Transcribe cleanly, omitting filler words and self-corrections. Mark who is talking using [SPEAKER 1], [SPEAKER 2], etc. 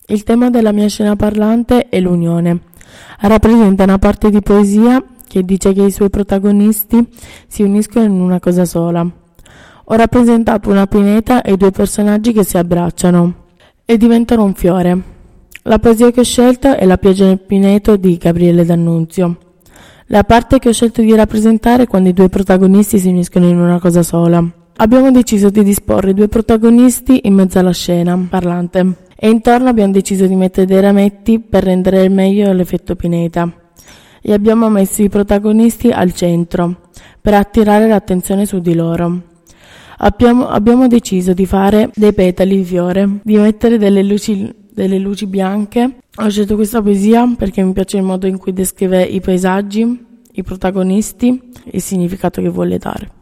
[SPEAKER 1] Il tema della mia scena parlante è l'unione. Rappresenta una parte di poesia che dice che i suoi protagonisti si uniscono in una cosa sola. Ho rappresentato una pineta e due personaggi che si abbracciano e diventano un fiore. La poesia che ho scelto è La pioggia nel pineto di Gabriele D'Annunzio. La parte che ho scelto di rappresentare è quando i due protagonisti si uniscono in una cosa sola. Abbiamo deciso di disporre i due protagonisti in mezzo alla scena parlante e intorno abbiamo deciso di mettere dei rametti per rendere al meglio l'effetto pineta e abbiamo messo i protagonisti al centro per attirare l'attenzione su di loro. Abbiamo deciso di fare dei petali di fiore, di mettere delle luci bianche. Ho scelto questa poesia perché mi piace il modo in cui descrive i paesaggi, i protagonisti e il significato che vuole dare.